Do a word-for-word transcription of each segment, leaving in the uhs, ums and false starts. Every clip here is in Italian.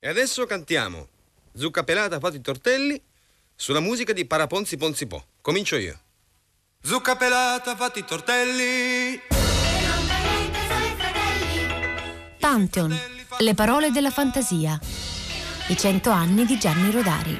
E adesso cantiamo Zucca pelata fate i tortelli sulla musica di Paraponzi Ponzi Po. Comincio io. Zucca pelata fate i tortelli. Pantheon, le parole della fantasia. I cento anni di Gianni Rodari.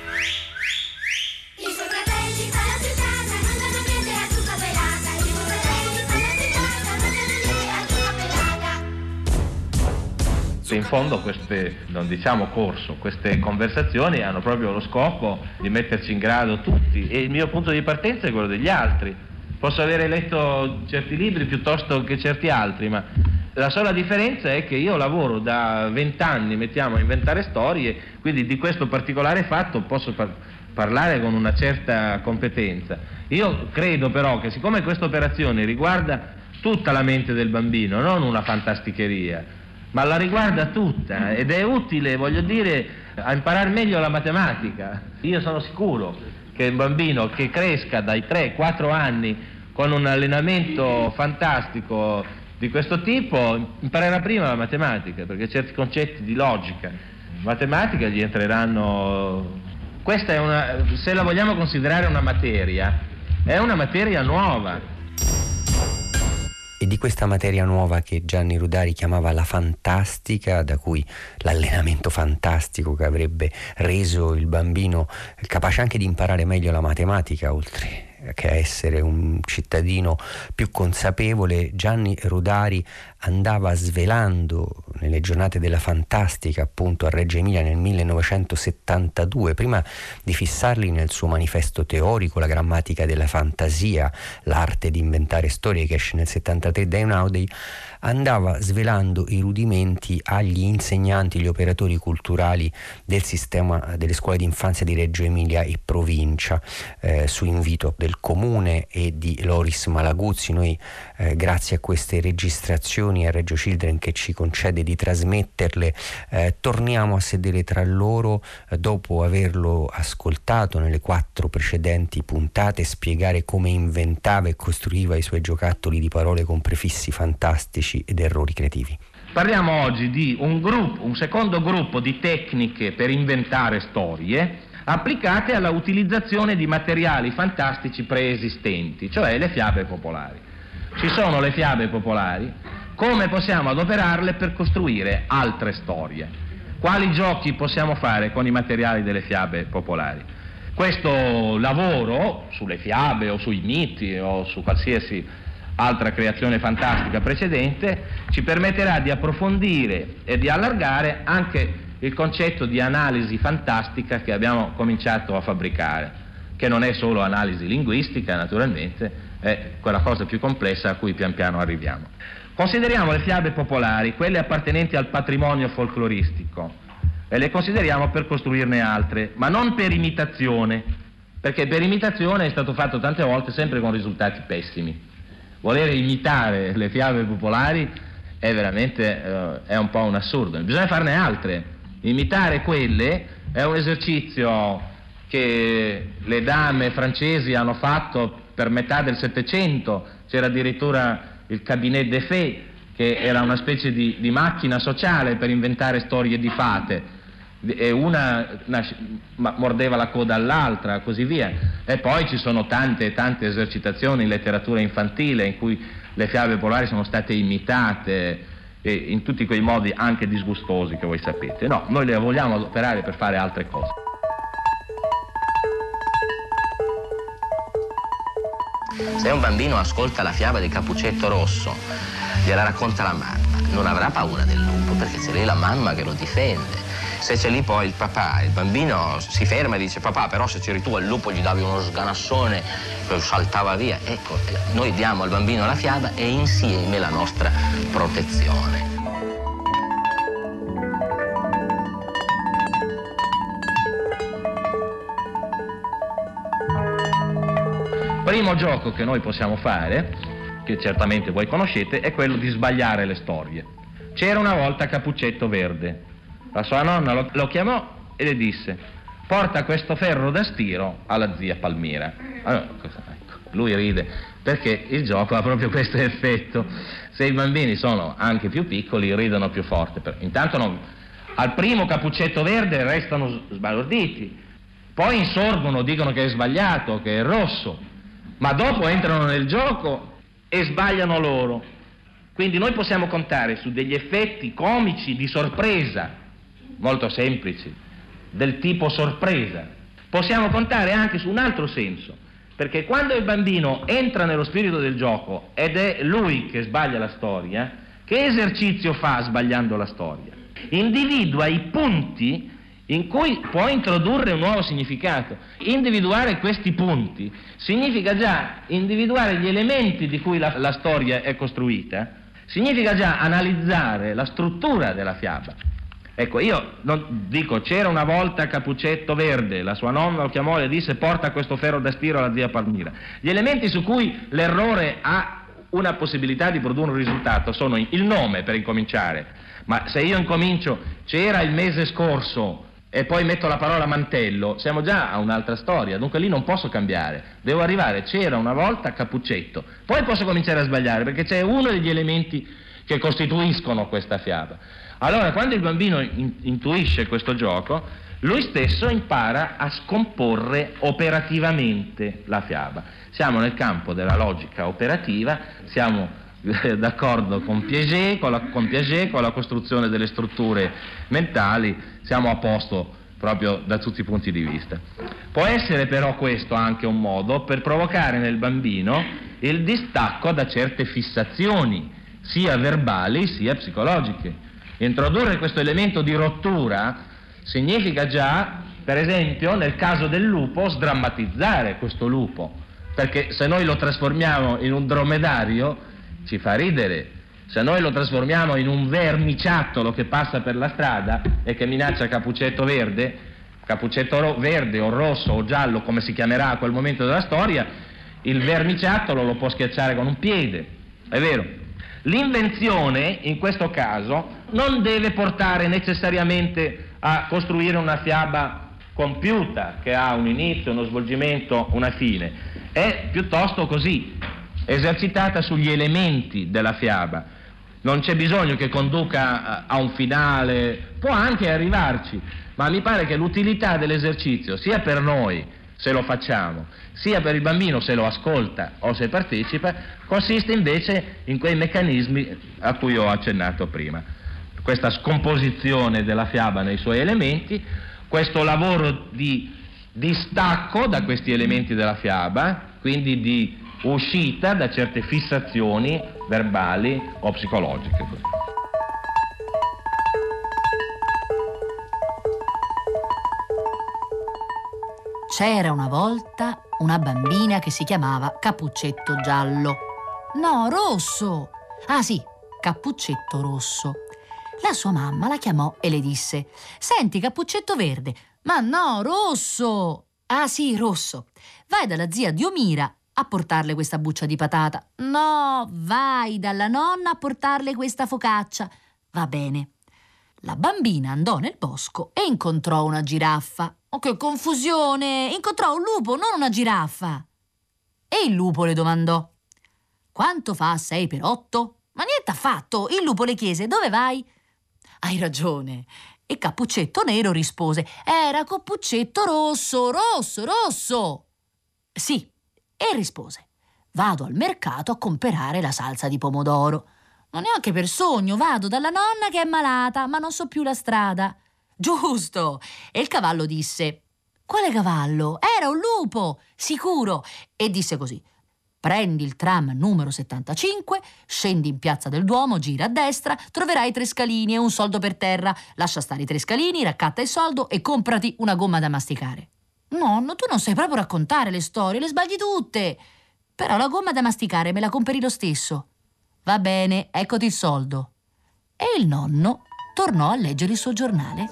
In fondo queste, non diciamo corso, queste conversazioni hanno proprio lo scopo di metterci in grado tutti, e il mio punto di partenza è quello degli altri. Posso avere letto certi libri piuttosto che certi altri, ma la sola differenza è che io lavoro da vent'anni, mettiamo, a inventare storie, quindi di questo particolare fatto posso par- parlare con una certa competenza. Io credo però che, siccome questa operazione riguarda tutta la mente del bambino, non una fantasticheria, ma la riguarda tutta, ed è utile, voglio dire, a imparare meglio la matematica. Io sono sicuro che un bambino che cresca dai tre quattro anni con un allenamento fantastico di questo tipo imparerà prima la matematica, perché certi concetti di logica, matematica gli entreranno. Questa è una, se la vogliamo considerare una materia, è una materia nuova. E di questa materia nuova che Gianni Rodari chiamava la fantastica, da cui l'allenamento fantastico che avrebbe reso il bambino capace anche di imparare meglio la matematica, oltre che a essere un cittadino più consapevole, Gianni Rodari andava svelando nelle giornate della fantastica, appunto a Reggio Emilia nel millenovecentosettantadue, prima di fissarli nel suo manifesto teorico, La grammatica della fantasia, l'arte di inventare storie, che esce nel settantatré da Einaudi, andava svelando i rudimenti agli insegnanti, gli operatori culturali del sistema delle scuole d'infanzia di Reggio Emilia e provincia, eh, su invito del comune e di Loris Malaguzzi. Noi eh, grazie a queste registrazioni, a Reggio Children che ci concede di trasmetterle, eh, torniamo a sedere tra loro eh, dopo averlo ascoltato nelle quattro precedenti puntate spiegare come inventava e costruiva i suoi giocattoli di parole con prefissi fantastici ed errori creativi. Parliamo oggi di un gruppo, un secondo gruppo di tecniche per inventare storie applicate alla utilizzazione di materiali fantastici preesistenti, cioè le fiabe popolari. Ci sono le fiabe popolari, come possiamo adoperarle per costruire altre storie? Quali giochi possiamo fare con i materiali delle fiabe popolari? Questo lavoro sulle fiabe o sui miti o su qualsiasi altra creazione fantastica precedente ci permetterà di approfondire e di allargare anche il concetto di analisi fantastica che abbiamo cominciato a fabbricare, che non è solo analisi linguistica, naturalmente, è quella cosa più complessa a cui pian piano arriviamo. Consideriamo le fiabe popolari, quelle appartenenti al patrimonio folcloristico, e le consideriamo per costruirne altre, ma non per imitazione, perché per imitazione è stato fatto tante volte sempre con risultati pessimi. Volere imitare le fiabe popolari è veramente eh, è un po' un assurdo, bisogna farne altre. Imitare quelle è un esercizio che le dame francesi hanno fatto per metà del Settecento, c'era addirittura il cabinet des fées, che era una specie di, di macchina sociale per inventare storie di fate, e una, una mordeva la coda all'altra, così via. E poi ci sono tante tante esercitazioni in letteratura infantile in cui le fiabe popolari sono state imitate e in tutti quei modi anche disgustosi che voi sapete. No, noi le vogliamo adoperare per fare altre cose. Se un bambino ascolta la fiaba del Cappuccetto Rosso, gliela racconta la mamma, non avrà paura del lupo perché c'è lì la mamma che lo difende. Se c'è lì poi il papà, il bambino si ferma e dice: papà, però se c'eri tu al lupo gli davi uno sganassone, saltava via. Ecco, noi diamo al bambino la fiaba e insieme la nostra protezione. Primo gioco che noi possiamo fare, che certamente voi conoscete, è quello di sbagliare le storie. C'era una volta Cappuccetto Verde. La sua nonna lo, lo chiamò e le disse: porta questo ferro da stiro alla zia Palmira. Allora, ecco, lui ride perché il gioco ha proprio questo effetto. Se i bambini sono anche più piccoli ridono più forte. Intanto non, Al primo Cappuccetto Verde restano sbalorditi, poi insorgono, dicono che è sbagliato, che è rosso, ma dopo entrano nel gioco e sbagliano loro. Quindi noi possiamo contare su degli effetti comici di sorpresa, molto semplici, del tipo sorpresa. Possiamo contare anche su un altro senso, perché quando il bambino entra nello spirito del gioco ed è lui che sbaglia la storia, che esercizio fa sbagliando la storia? Individua i punti in cui può introdurre un nuovo significato. Individuare questi punti significa già individuare gli elementi di cui la, la storia è costruita, significa già analizzare la struttura della fiaba. Ecco, io non dico, c'era una volta Cappuccetto Verde, la sua nonna lo chiamò e le disse porta questo ferro da stiro alla zia Palmira. Gli elementi su cui l'errore ha una possibilità di produrre un risultato sono il nome, per incominciare, ma se io incomincio c'era il mese scorso e poi metto la parola mantello, siamo già a un'altra storia, dunque lì non posso cambiare, devo arrivare, c'era una volta Cappuccetto, poi posso cominciare a sbagliare perché c'è uno degli elementi che costituiscono questa fiaba. Allora, quando il bambino in, intuisce questo gioco, lui stesso impara a scomporre operativamente la fiaba. Siamo nel campo della logica operativa, siamo eh, d'accordo con Piaget, con la, con Piaget, con la costruzione delle strutture mentali, siamo a posto proprio da tutti i punti di vista. Può essere però questo anche un modo per provocare nel bambino il distacco da certe fissazioni, sia verbali sia psicologiche. Introdurre questo elemento di rottura significa già, per esempio, nel caso del lupo, sdrammatizzare questo lupo, perché se noi lo trasformiamo in un dromedario ci fa ridere, se noi lo trasformiamo in un vermiciattolo che passa per la strada e che minaccia Cappuccetto Verde, Cappuccetto ro- Verde o rosso o giallo, come si chiamerà a quel momento della storia, il vermiciattolo lo può schiacciare con un piede, è vero? L'invenzione, in questo caso, non deve portare necessariamente a costruire una fiaba compiuta, che ha un inizio, uno svolgimento, una fine. È piuttosto così, esercitata sugli elementi della fiaba. Non c'è bisogno che conduca a un finale, può anche arrivarci, ma mi pare che l'utilità dell'esercizio, sia per noi, se lo facciamo, sia per il bambino se lo ascolta o se partecipa, consiste invece in quei meccanismi a cui ho accennato prima. Questa scomposizione della fiaba nei suoi elementi, questo lavoro di distacco da questi elementi della fiaba, quindi di uscita da certe fissazioni verbali o psicologiche. C'era una volta una bambina che si chiamava Cappuccetto Giallo. No, rosso! Ah sì, Cappuccetto Rosso. La sua mamma la chiamò e le disse: «Senti, Cappuccetto Verde, ma no, rosso!» «Ah sì, rosso. Vai dalla zia Diomira a portarle questa buccia di patata». «No, vai dalla nonna a portarle questa focaccia». «Va bene». La bambina andò nel bosco e incontrò una giraffa. Oh, che confusione! Incontrò un lupo, non una giraffa. E il lupo le domandò: «Quanto fa sei per otto?» «Ma niente affatto!» Il lupo le chiese: «Dove vai?» «Hai ragione». E Cappuccetto Nero rispose: «Era Cappuccetto Rosso, rosso, rosso!» «Sì», e rispose: «Vado al mercato a comperare la salsa di pomodoro». «Non neanche per sogno, vado dalla nonna che è malata, ma non so più la strada». «Giusto!» E il cavallo disse: «Quale cavallo? Era un lupo, sicuro!» E disse così: «Prendi il tram numero settantacinque, scendi in piazza del Duomo, gira a destra, troverai tre scalini e un soldo per terra. Lascia stare i tre scalini, raccatta il soldo e comprati una gomma da masticare». «Nonno, tu non sai proprio raccontare le storie, le sbagli tutte. Però la gomma da masticare me la comperi lo stesso». «Va bene, eccoti il soldo». E il nonno tornò a leggere il suo giornale.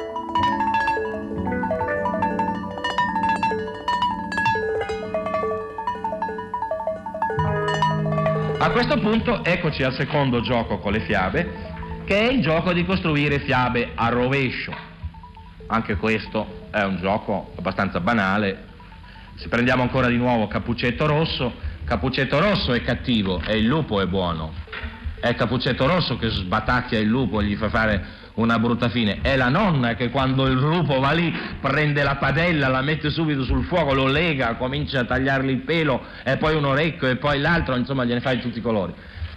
A questo punto eccoci al secondo gioco con le fiabe, che è il gioco di costruire fiabe a rovescio. Anche questo è un gioco abbastanza banale. Se prendiamo ancora di nuovo Cappuccetto Rosso, Cappuccetto Rosso è cattivo e il lupo è buono. è Capuccetto Rosso che sbatacchia il lupo e gli fa fare una brutta fine, è la nonna che quando il lupo va lì prende la padella, la mette subito sul fuoco, lo lega, comincia a tagliargli il pelo e poi un orecchio e poi l'altro, insomma gliene fa di tutti i colori.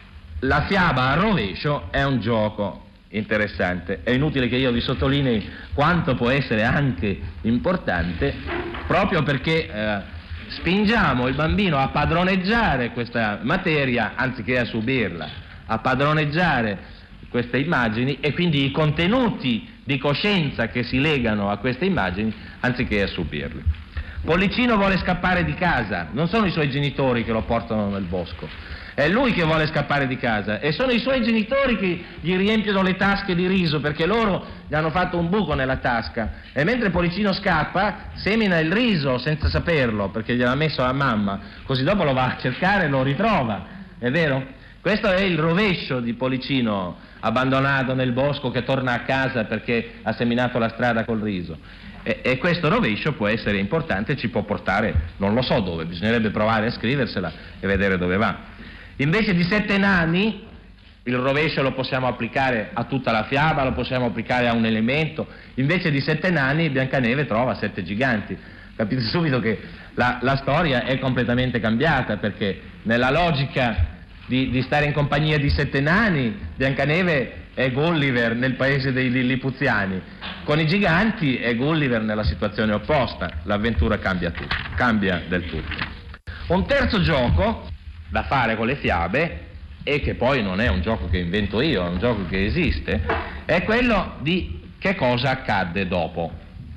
La fiaba a rovescio è un gioco interessante, è inutile che io vi sottolinei quanto può essere anche importante, proprio perché eh, spingiamo il bambino a padroneggiare questa materia anziché a subirla, a padroneggiare queste immagini e quindi i contenuti di coscienza che si legano a queste immagini anziché a subirle. Pollicino vuole scappare di casa, non sono i suoi genitori che lo portano nel bosco, è lui che vuole scappare di casa e sono i suoi genitori che gli riempiono le tasche di riso perché loro gli hanno fatto un buco nella tasca e mentre Pollicino scappa semina il riso senza saperlo perché gliel'ha messo la mamma, così dopo lo va a cercare e lo ritrova, è vero? Questo è il rovescio di Pollicino abbandonato nel bosco che torna a casa perché ha seminato la strada col riso. E, e questo rovescio può essere importante, ci può portare, non lo so dove, bisognerebbe provare a scriversela e vedere dove va. Invece di sette nani, il rovescio lo possiamo applicare a tutta la fiaba, lo possiamo applicare a un elemento, invece di sette nani Biancaneve trova sette giganti. Capite subito che la, la storia è completamente cambiata perché nella logica Di, di stare in compagnia di sette nani, Biancaneve è Gulliver nel paese dei Lillipuziani, con i giganti è Gulliver nella situazione opposta, l'avventura cambia tutto, cambia del tutto. Un terzo gioco da fare con le fiabe, e che poi non è un gioco che invento io, è un gioco che esiste, è quello di che cosa accadde dopo.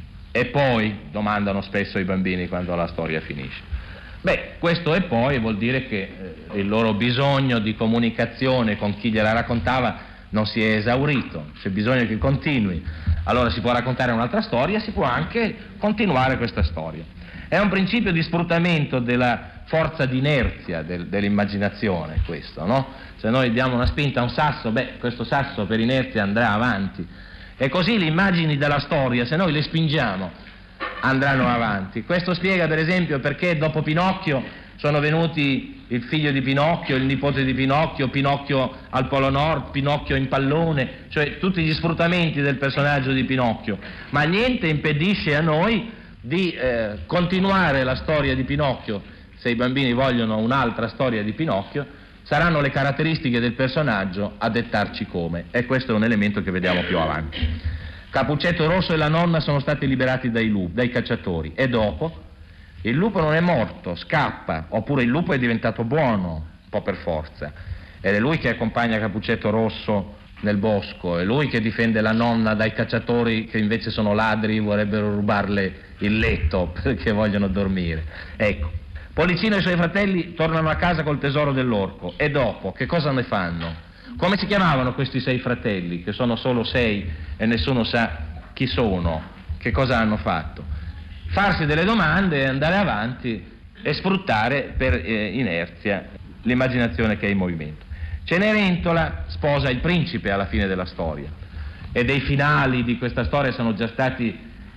E poi domandano spesso i bambini quando la storia finisce. Beh, questo e poi vuol dire che eh, il loro bisogno di comunicazione con chi gliela raccontava non si è esaurito, c'è bisogno che continui. Allora si può raccontare un'altra storia, si può anche continuare questa storia. È un principio di sfruttamento della forza d'inerzia del, dell'immaginazione questo, no? Se noi diamo una spinta a un sasso, beh, questo sasso per inerzia andrà avanti. E così le immagini della storia, se noi le spingiamo, andranno avanti. Questo spiega per esempio perché dopo Pinocchio sono venuti il figlio di Pinocchio, il nipote di Pinocchio, Pinocchio al Polo Nord, Pinocchio in pallone, cioè tutti gli sfruttamenti del personaggio di Pinocchio, ma niente impedisce a noi di eh, continuare la storia di Pinocchio. Se i bambini vogliono un'altra storia di Pinocchio, saranno le caratteristiche del personaggio a dettarci come, e questo è un elemento che vediamo più avanti. Capuccetto Rosso e la nonna sono stati liberati dai lupi, dai cacciatori, e dopo il lupo non è morto, scappa, oppure il lupo è diventato buono, un po' per forza, ed è lui che accompagna Capuccetto Rosso nel bosco, è lui che difende la nonna dai cacciatori che invece sono ladri, vorrebbero rubarle il letto perché vogliono dormire. Ecco, Pollicino e i suoi fratelli tornano a casa col tesoro dell'orco, e dopo che cosa ne fanno? Come si chiamavano questi sei fratelli, che sono solo sei e nessuno sa chi sono, che cosa hanno fatto? Farsi delle domande e andare avanti e sfruttare per eh, inerzia l'immaginazione che è in movimento. Cenerentola sposa il principe alla fine della storia, e dei finali di questa storia sono già stati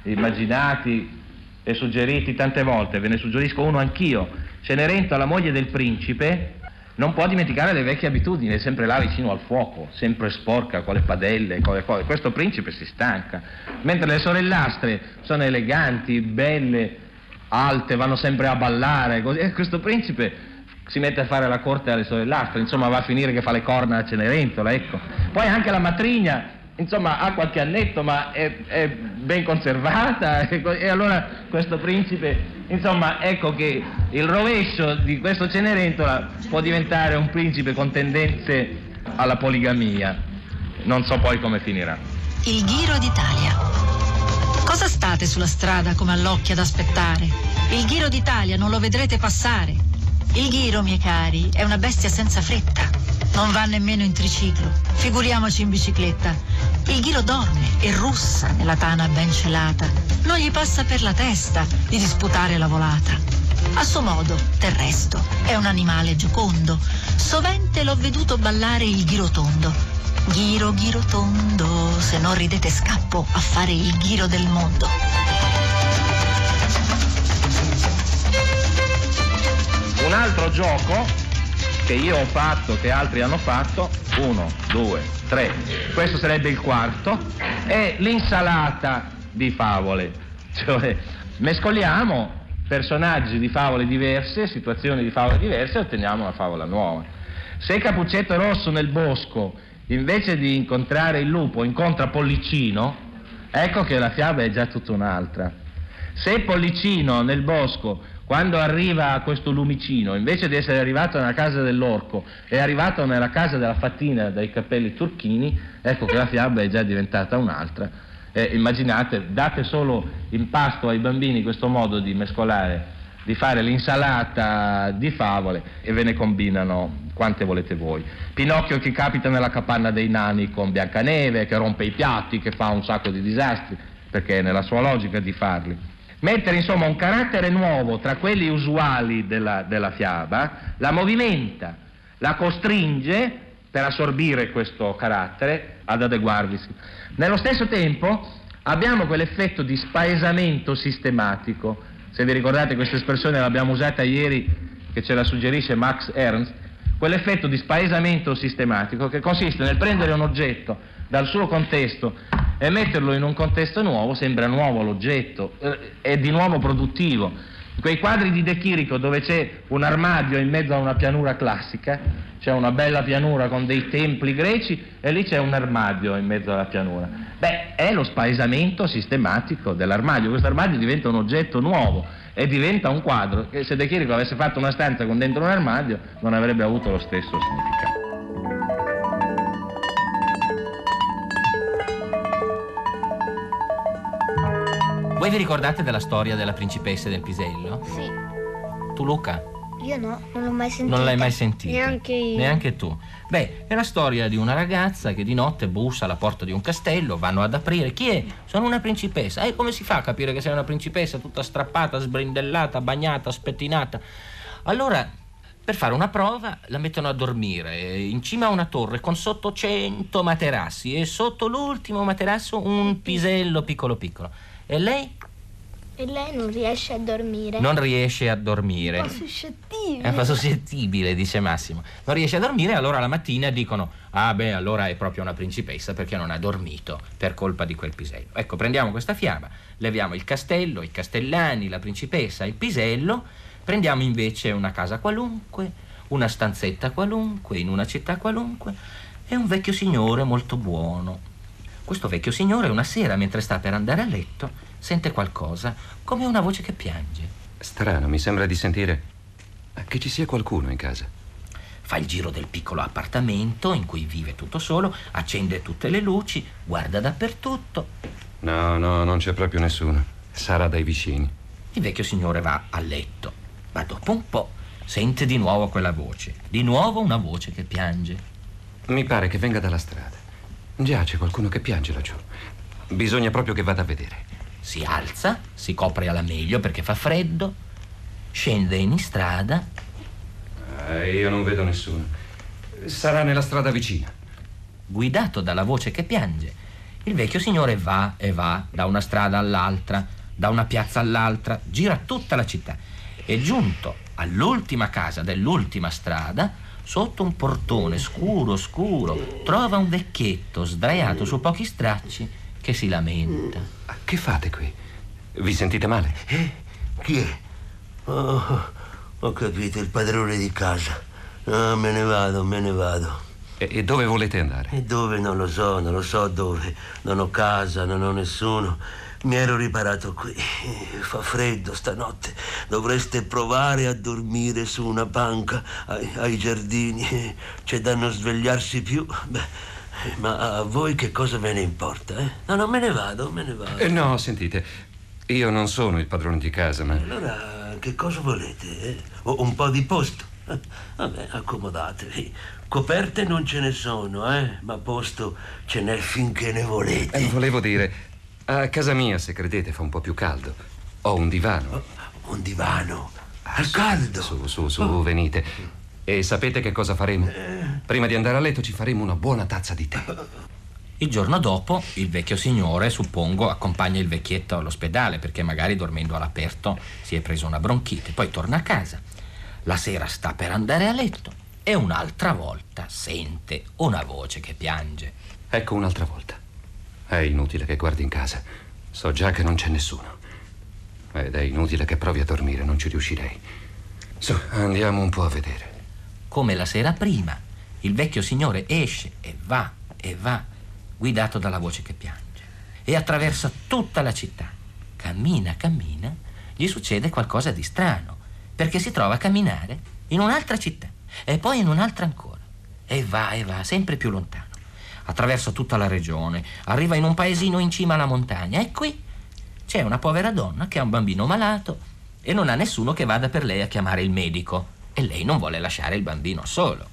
immaginati e suggeriti tante volte, ve ne suggerisco uno anch'io. Cenerentola, moglie del principe, non può dimenticare le vecchie abitudini, è sempre là vicino al fuoco, sempre sporca con le padelle, con le cose. Questo principe si stanca, mentre le sorellastre sono eleganti, belle, alte, vanno sempre a ballare, così. E questo principe si mette a fare la corte alle sorellastre, insomma va a finire che fa le corna a Cenerentola, ecco. Poi anche la matrigna, insomma ha qualche annetto ma è, è ben conservata, e, e allora questo principe, insomma ecco che il rovescio di questo Cenerentola può diventare un principe con tendenze alla poligamia. Non so poi come finirà. Il Ghiro d'Italia. Cosa state sulla strada come all'occhio ad aspettare? Il Ghiro d'Italia non lo vedrete passare. Il Ghiro, miei cari, è una bestia senza fretta. Non va nemmeno in triciclo, figuriamoci in bicicletta. Il Ghiro dorme e russa nella tana ben celata. Non gli passa per la testa di disputare la volata. A suo modo, del resto, è un animale giocondo. Sovente l'ho veduto ballare il Ghiro tondo. Ghiro, Ghiro tondo, se non ridete scappo a fare il Ghiro del mondo. Un altro gioco che io ho fatto, che altri hanno fatto, uno, due, tre, questo sarebbe il quarto, è l'insalata di favole, cioè mescoliamo personaggi di favole diverse, situazioni di favole diverse e otteniamo una favola nuova. Se Capuccetto Rosso nel bosco, invece di incontrare il lupo, incontra Pollicino, ecco che la fiaba è già tutta un'altra. Se Pollicino nel bosco, quando arriva a questo lumicino, invece di essere arrivato nella casa dell'orco, è arrivato nella casa della fattina dai capelli turchini, ecco che la fiaba è già diventata un'altra. Eh, immaginate, date solo in pasto ai bambini questo modo di mescolare, di fare l'insalata di favole e ve ne combinano quante volete voi. Pinocchio che capita nella capanna dei nani con Biancaneve, che rompe i piatti, che fa un sacco di disastri, perché è nella sua logica di farli. Mettere insomma un carattere nuovo tra quelli usuali della, della fiaba, la movimenta, la costringe per assorbire questo carattere ad adeguarvisi. Nello stesso tempo abbiamo quell'effetto di spaesamento sistematico. Se vi ricordate questa espressione l'abbiamo usata ieri, che ce la suggerisce Max Ernst, quell'effetto di spaesamento sistematico che consiste nel prendere un oggetto dal suo contesto e metterlo in un contesto nuovo, sembra nuovo l'oggetto, eh, è di nuovo produttivo. In quei quadri di De Chirico dove c'è un armadio in mezzo a una pianura classica, c'è una bella pianura con dei templi greci e lì c'è un armadio in mezzo alla pianura. Beh, è lo spaesamento sistematico dell'armadio. Questo armadio diventa un oggetto nuovo e diventa un quadro che se De Chirico avesse fatto una stanza con dentro un armadio non avrebbe avuto lo stesso significato. Voi vi ricordate della storia della principessa e del pisello? Sì. Tu, Luca? Io no, non l'ho mai sentita. Non l'hai mai sentita? Neanche io. Neanche tu. Beh, è la storia di una ragazza che di notte bussa alla porta di un castello, vanno ad aprire. Chi è? Sono una principessa. E come si fa a capire che sei una principessa tutta strappata, sbrindellata, bagnata, spettinata? Allora, per fare una prova, la mettono a dormire in cima a una torre con sotto cento materassi e sotto l'ultimo materasso un pisello piccolo piccolo. E lei? E lei non riesce a dormire. Non riesce a dormire. È un po' suscettibile. È un po' suscettibile, dice Massimo. Non riesce a dormire, allora la mattina dicono: ah beh, allora è proprio una principessa perché non ha dormito per colpa di quel pisello. Ecco, prendiamo questa fiaba, leviamo il castello, i castellani, la principessa, il pisello, prendiamo invece una casa qualunque, una stanzetta qualunque, in una città qualunque, e un vecchio signore molto buono. Questo vecchio signore una sera, mentre sta per andare a letto, sente qualcosa, come una voce che piange. Strano, mi sembra di sentire che ci sia qualcuno in casa. Fa il giro del piccolo appartamento in cui vive tutto solo, accende tutte le luci, guarda dappertutto. No, no, non c'è proprio nessuno. Sarà dai vicini. Il vecchio signore va a letto, ma dopo un po' sente di nuovo quella voce. Di nuovo una voce che piange. Mi pare che venga dalla strada. Già, c'è qualcuno che piange laggiù. Bisogna proprio che vada a vedere. Si alza, si copre alla meglio perché fa freddo, scende in strada. Eh, io non vedo nessuno. Sarà nella strada vicina. Guidato dalla voce che piange, il vecchio signore va e va da una strada all'altra, da una piazza all'altra, gira tutta la città e giunto all'ultima casa dell'ultima strada, sotto un portone scuro scuro, trova un vecchietto sdraiato su pochi stracci che si lamenta. Che fate qui? Vi sentite male? Eh? Chi è? Oh, ho capito, il padrone di casa. Ah, me ne vado, me ne vado. E, e dove volete andare? E dove? Non lo so, non lo so dove. Non ho casa, non ho nessuno. Mi ero riparato qui. Fa freddo stanotte. Dovreste provare a dormire su una panca ai, ai giardini. C'è da non svegliarsi più. Beh, ma a voi che cosa ve ne importa, eh? No, no, me ne vado, me ne vado. Eh, no, sentite, io non sono il padrone di casa, ma... Allora, che cosa volete, eh? O un po' di posto? Vabbè, accomodatevi. Coperte non ce ne sono, eh? Ma posto ce n'è finché ne volete. Eh, volevo dire... A casa mia, se credete, fa un po' più caldo. Ho un divano. Oh, un divano? Al caldo? Su, su, su, oh. Venite. E sapete che cosa faremo? Eh. Prima di andare a letto ci faremo una buona tazza di tè. Il giorno dopo, il vecchio signore, suppongo, accompagna il vecchietto all'ospedale perché magari dormendo all'aperto si è preso una bronchite. Poi torna a casa. La sera sta per andare a letto. e un'altra volta sente una voce che piange. Ecco un'altra volta. È inutile che guardi in casa. So già che non c'è nessuno. Ed è inutile che provi a dormire, non ci riuscirei. Su, andiamo un po' a vedere. Come la sera prima, il vecchio signore esce e va e va, guidato dalla voce che piange, e attraversa tutta la città. Cammina, cammina, gli succede qualcosa di strano, perché si trova a camminare in un'altra città e poi in un'altra ancora, e va e va sempre più lontano. Attraversa tutta la regione, arriva in un paesino in cima alla montagna, e qui c'è una povera donna che ha un bambino malato e non ha nessuno che vada per lei a chiamare il medico, e lei non vuole lasciare il bambino solo.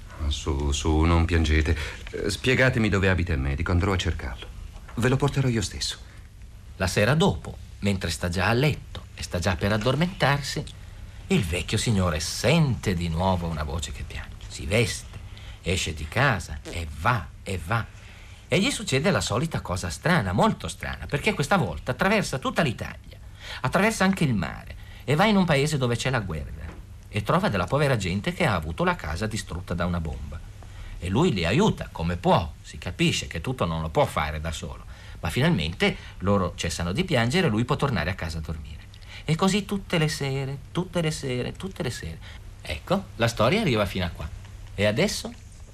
Su, su, non piangete. Spiegatemi dove abita il medico, andrò a cercarlo. Ve lo porterò io stesso. La sera dopo, mentre sta già a letto e sta già per addormentarsi, il vecchio signore sente di nuovo una voce che piange. Si veste, esce di casa e va e va. E gli succede la solita cosa strana, molto strana, perché questa volta attraversa tutta l'Italia, attraversa anche il mare e va in un paese dove c'è la guerra e trova della povera gente che ha avuto la casa distrutta da una bomba. E lui li aiuta come può, si capisce che tutto non lo può fare da solo, ma finalmente loro cessano di piangere e lui può tornare a casa a dormire. E così tutte le sere, tutte le sere, tutte le sere. Ecco, la storia arriva fino a qua. E adesso?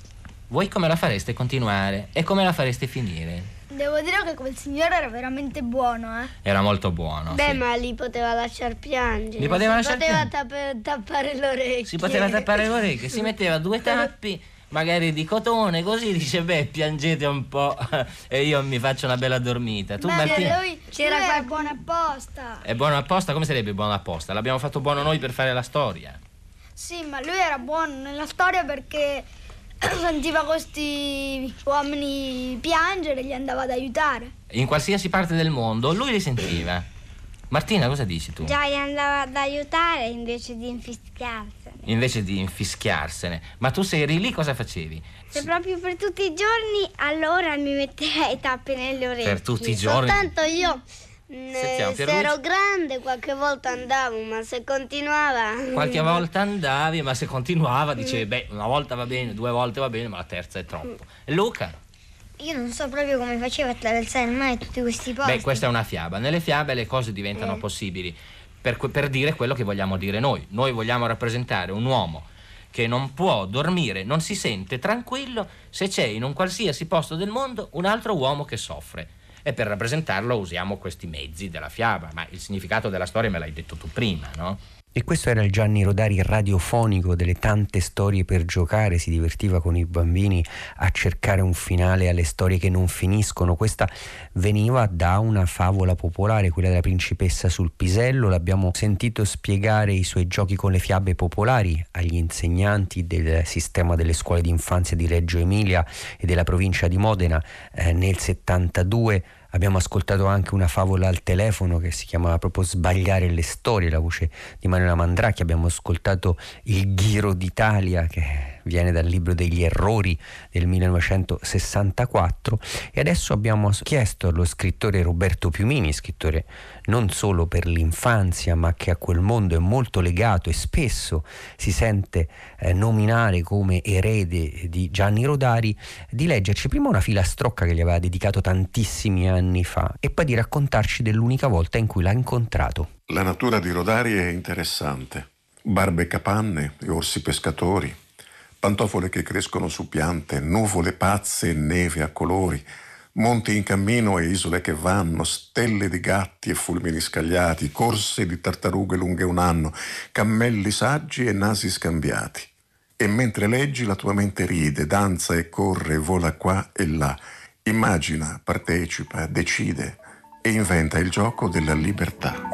Voi come la fareste continuare? E come la fareste finire? Devo dire che quel signore era veramente buono, eh. Era molto buono. Beh, sì. ma li poteva lasciar piangere. Li poteva si lasciar poteva piangere. tapp- tappare le orecchie. Si poteva tappare le orecchie, si metteva due tappi, magari di cotone, così dice, beh, piangete un po' e io mi faccio una bella dormita. Tu, Beh, Martina? lui c'era lui era buono apposta. È buono apposta? Come sarebbe buono apposta? L'abbiamo fatto buono noi per fare la storia. Sì, ma lui era buono nella storia perché sentiva questi uomini piangere e gli andava ad aiutare. In qualsiasi parte del mondo lui li sentiva. Martina, cosa dici tu? Già gli andava ad aiutare invece di infischiarsene. Invece di infischiarsene. Ma tu se eri lì cosa facevi? Se proprio per tutti i giorni, allora mi metterei tappe nelle orecchie. Per tutti i giorni? Soltanto io, Sentiamo, mh, se ero grande, qualche volta andavo, ma se continuava... Qualche volta andavi, ma se continuava dicevi, beh, una volta va bene, due volte va bene, ma la terza è troppo. E Luca? Io non so proprio come faceva a attraversare il mare tutti questi posti. Beh, questa è una fiaba. Nelle fiabe le cose diventano eh. possibili per, per dire quello che vogliamo dire noi. Noi vogliamo rappresentare un uomo che non può dormire, non si sente tranquillo se c'è in un qualsiasi posto del mondo un altro uomo che soffre. E per rappresentarlo usiamo questi mezzi della fiaba, ma il significato della storia me l'hai detto tu prima, no? E questo era il Gianni Rodari radiofonico delle tante storie per giocare, si divertiva con i bambini a cercare un finale alle storie che non finiscono. Questa veniva da una favola popolare, quella della principessa sul pisello. L'abbiamo sentito spiegare i suoi giochi con le fiabe popolari agli insegnanti del sistema delle scuole d'infanzia di Reggio Emilia e della provincia di Modena eh, nel settantadue. Abbiamo ascoltato anche una favola al telefono che si chiamava proprio Sbagliare le storie, la voce di Manuela Mandracchi. Abbiamo ascoltato il Ghiro d'Italia che viene dal libro degli errori del millenovecentosessantaquattro, e adesso abbiamo chiesto allo scrittore Roberto Piumini, scrittore non solo per l'infanzia ma che a quel mondo è molto legato e spesso si sente eh, nominare come erede di Gianni Rodari, di leggerci prima una filastrocca che gli aveva dedicato tantissimi anni fa e poi di raccontarci dell'unica volta in cui l'ha incontrato. La natura di Rodari è interessante. Barbe e capanne e orsi pescatori, pantofole che crescono su piante, nuvole pazze e neve a colori, monti in cammino e isole che vanno, stelle di gatti e fulmini scagliati, corse di tartarughe lunghe un anno, cammelli saggi e nasi scambiati. E mentre leggi la tua mente ride, danza e corre, vola qua e là, immagina, partecipa, decide e inventa il gioco della libertà.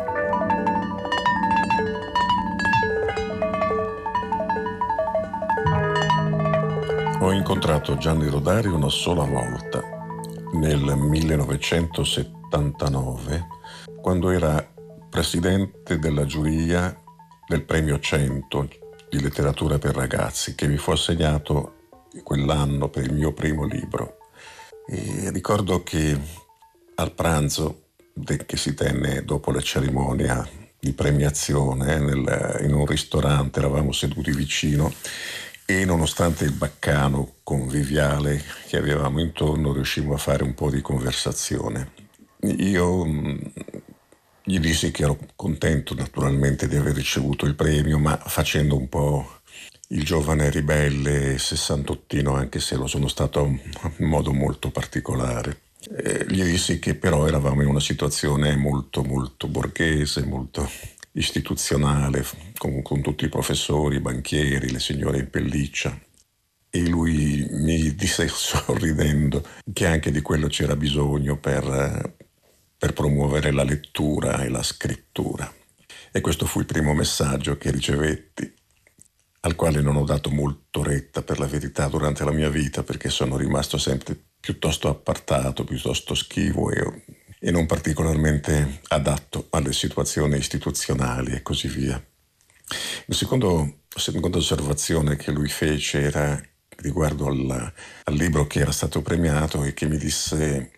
Ho incontrato Gianni Rodari una sola volta, nel millenovecentosettantanove, quando era presidente della giuria del premio cento di letteratura per ragazzi, che mi fu assegnato quell'anno per il mio primo libro. E ricordo che al pranzo che si tenne dopo la cerimonia di premiazione nel, in un ristorante, eravamo seduti vicino, e nonostante il baccano conviviale che avevamo intorno riuscimmo a fare un po' di conversazione. Io mh, gli dissi che ero contento naturalmente di aver ricevuto il premio, ma facendo un po' il giovane ribelle sessantottino, anche se lo sono stato in modo molto particolare. Eh, gli dissi che però eravamo in una situazione molto molto borghese, molto istituzionale, con, con tutti i professori, i banchieri, le signore in pelliccia, e lui mi disse sorridendo che anche di quello c'era bisogno per, per promuovere la lettura e la scrittura. E questo fu il primo messaggio che ricevetti, al quale non ho dato molto retta, per la verità, durante la mia vita, perché sono rimasto sempre piuttosto appartato, piuttosto schivo e, e non particolarmente adatto alle situazioni istituzionali e così via. La seconda osservazione che lui fece era riguardo al, al libro che era stato premiato e che mi disse,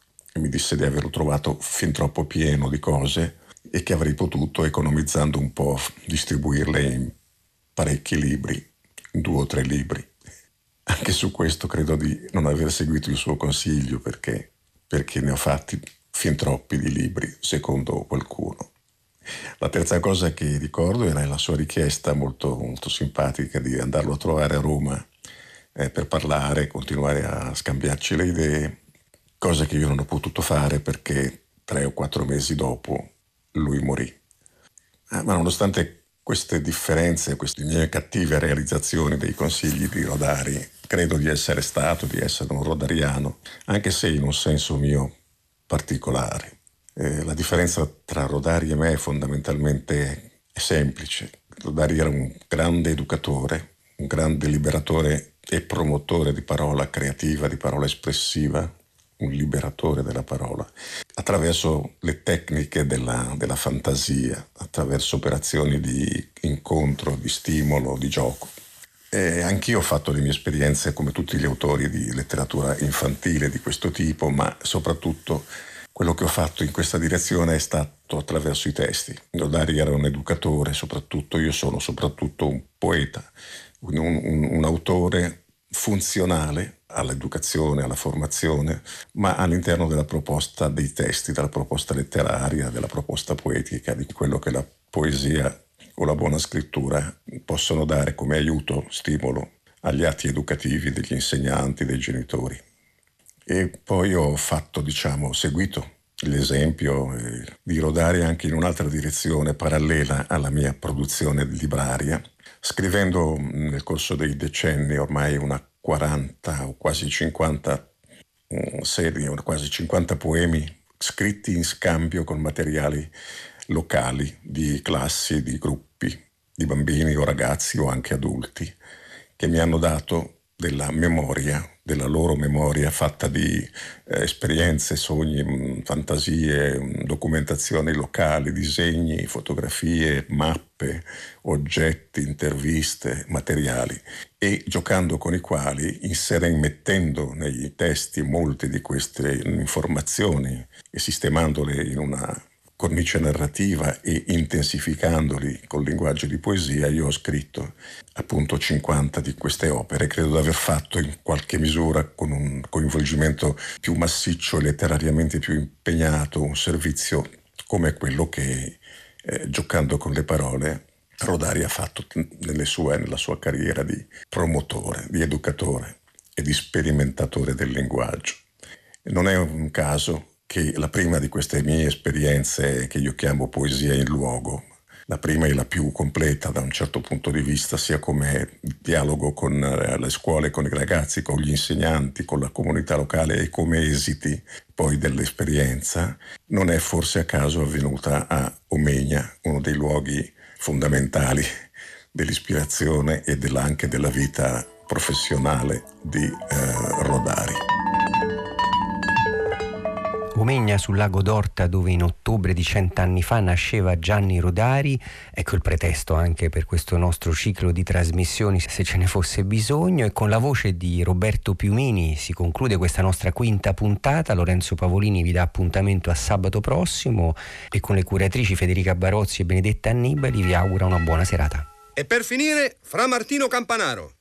mi disse di averlo trovato fin troppo pieno di cose e che avrei potuto, economizzando un po', distribuirle in parecchi libri, in due o tre libri. Anche su questo credo di non aver seguito il suo consiglio, perché, perché ne ho fatti fin troppi di libri, secondo qualcuno. La terza cosa che ricordo era la sua richiesta molto, molto simpatica di andarlo a trovare a Roma eh, per parlare, continuare a scambiarci le idee, cosa che io non ho potuto fare perché tre o quattro mesi dopo lui morì. Eh, ma nonostante queste differenze, queste mie cattive realizzazioni dei consigli di Rodari, credo di essere stato, di essere un rodariano, anche se in un senso mio particolare. Eh, la differenza tra Rodari e me fondamentalmente è semplice. Rodari era un grande educatore, un grande liberatore e promotore di parola creativa, di parola espressiva, un liberatore della parola, attraverso le tecniche della, della fantasia, attraverso operazioni di incontro, di stimolo, di gioco. E anch'io ho fatto le mie esperienze come tutti gli autori di letteratura infantile di questo tipo, ma soprattutto quello che ho fatto in questa direzione è stato attraverso i testi. Rodari era un educatore, soprattutto io sono soprattutto un poeta, un, un, un autore funzionale all'educazione, alla formazione, ma all'interno della proposta dei testi, della proposta letteraria, della proposta poetica, di quello che la poesia o la buona scrittura possono dare come aiuto, stimolo agli atti educativi degli insegnanti, dei genitori. E poi ho fatto, diciamo, seguito l'esempio eh, di Rodari anche in un'altra direzione parallela alla mia produzione libraria, scrivendo nel corso dei decenni ormai una quaranta o quasi cinquanta um, serie, quasi cinquanta poemi scritti in scambio con materiali locali di classi, di gruppi, di bambini o ragazzi o anche adulti, che mi hanno dato della memoria, della loro memoria fatta di eh, esperienze, sogni, fantasie, documentazioni locali, disegni, fotografie, mappe, oggetti, interviste, materiali, e giocando con i quali, inserendo, mettendo nei testi molte di queste informazioni e sistemandole in una cornice narrativa e intensificandoli col linguaggio di poesia, io ho scritto appunto cinquanta di queste opere. Credo di aver fatto in qualche misura, con un coinvolgimento più massiccio e letterariamente più impegnato, un servizio come quello che eh, giocando con le parole Rodari ha fatto nelle sue, nella sua carriera di promotore, di educatore e di sperimentatore del linguaggio. Non è un caso che la prima di queste mie esperienze, che io chiamo poesia in luogo, la prima e la più completa da un certo punto di vista, sia come dialogo con le scuole, con i ragazzi, con gli insegnanti, con la comunità locale e come esiti poi dell'esperienza, non è forse a caso avvenuta a Omegna, uno dei luoghi fondamentali dell'ispirazione e della, anche della vita professionale di eh, Rodari. Omegna sul lago d'Orta, dove in ottobre di cent'anni fa nasceva Gianni Rodari. Ecco il pretesto anche per questo nostro ciclo di trasmissioni, se ce ne fosse bisogno, e con la voce di Roberto Piumini si conclude questa nostra quinta puntata. Lorenzo Pavolini vi dà appuntamento a sabato prossimo e con le curatrici Federica Barozzi e Benedetta Annibali vi augura una buona serata. E per finire, Fra Martino Campanaro.